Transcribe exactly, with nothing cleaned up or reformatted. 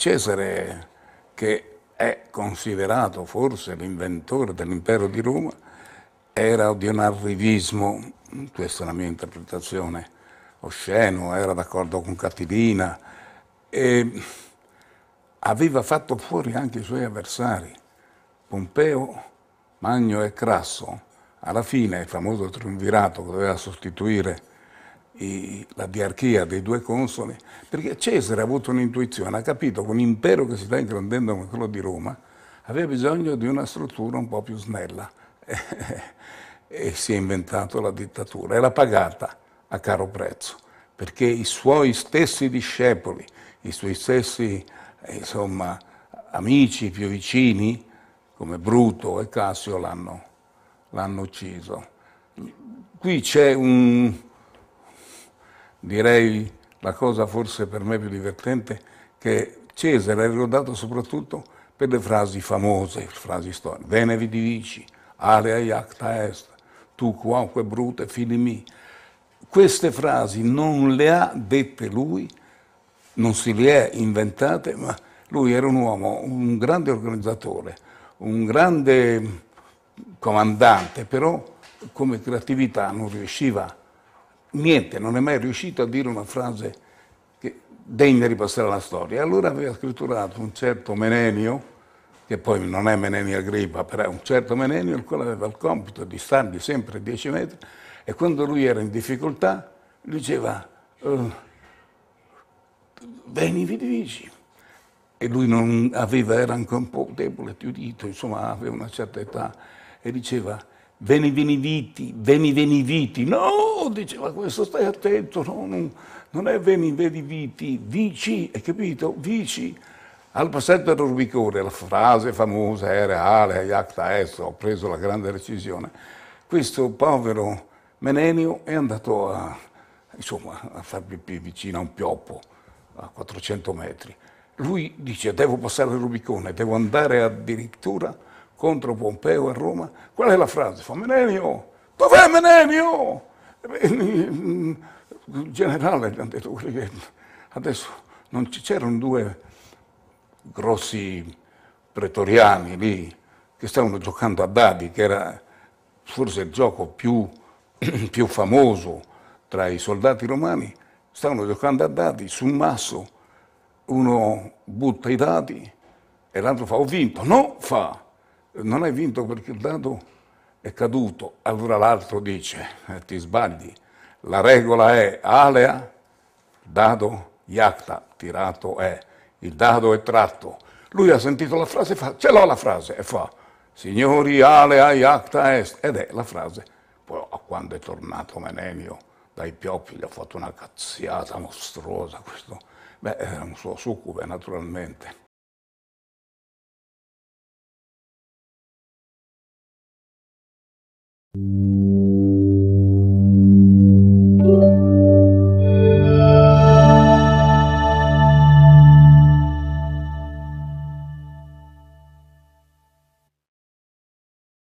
Cesare, che è considerato forse l'inventore dell'impero di Roma, era di un arrivismo, questa è la mia interpretazione, osceno, era d'accordo con Catilina e aveva fatto fuori anche i suoi avversari, Pompeo, Magno e Crasso. Alla fine il famoso triumvirato che doveva sostituire i, la diarchia dei due consoli, perché Cesare ha avuto un'intuizione, ha capito che un impero che si sta ingrandendo come quello di Roma aveva bisogno di una struttura un po' più snella e si è inventato la dittatura e l'ha pagata a caro prezzo, perché i suoi stessi discepoli, i suoi stessi insomma, amici più vicini, come Bruto e Cassio, l'hanno, l'hanno ucciso. Qui c'è un, direi, la cosa forse per me più divertente, che Cesare è ricordato soprattutto per le frasi famose, frasi storiche. Bene vi dici, alea iacta est, tu quamque brute fili mi. Queste frasi non le ha dette lui, non si le è inventate, ma lui era un uomo, un grande organizzatore, un grande comandante, però come creatività non riusciva niente, non è mai riuscito a dire una frase che degna di passare alla storia. Allora aveva scritturato un certo Menenio, che poi non è Menenio Agrippa, però è un certo Menenio, il quale aveva il compito di stargli sempre a dieci metri, e quando lui era in difficoltà diceva uh, veni vidici. E lui non aveva, era anche un po' debole, udito, insomma aveva una certa età, e diceva veni veniviti, veni veniviti. No, diceva questo, stai attento, no, non, non è veni veniviti, vici, hai capito? Vici. Al passaggio del Rubicone, la frase famosa era ale, iacta est, ho preso la grande decisione. Questo povero Menenio è andato a, insomma, a far pipì vicino a un pioppo, a quattrocento metri. Lui dice, devo passare il Rubicone, devo andare addirittura contro Pompeo a Roma. Qual è la frase? Fa, Menenio, dov'è Menenio? Il generale gli ha detto che adesso non c'erano due grossi pretoriani lì che stavano giocando a dadi, che era forse il gioco più, più famoso tra i soldati romani. Stavano giocando a dadi su un masso, uno butta i dadi e l'altro fa ho vinto. No, fa, non hai vinto perché il dado è caduto. Allora l'altro dice eh, ti sbagli, la regola è alea, dado iacta, tirato è, il dado è tratto. Lui ha sentito la frase e fa ce l'ho la frase e fa signori alea iacta est, ed è la frase. Poi quando è tornato Menenio dai pioppi gli ha fatto una cazziata mostruosa questo. Beh, era un suo succube, naturalmente.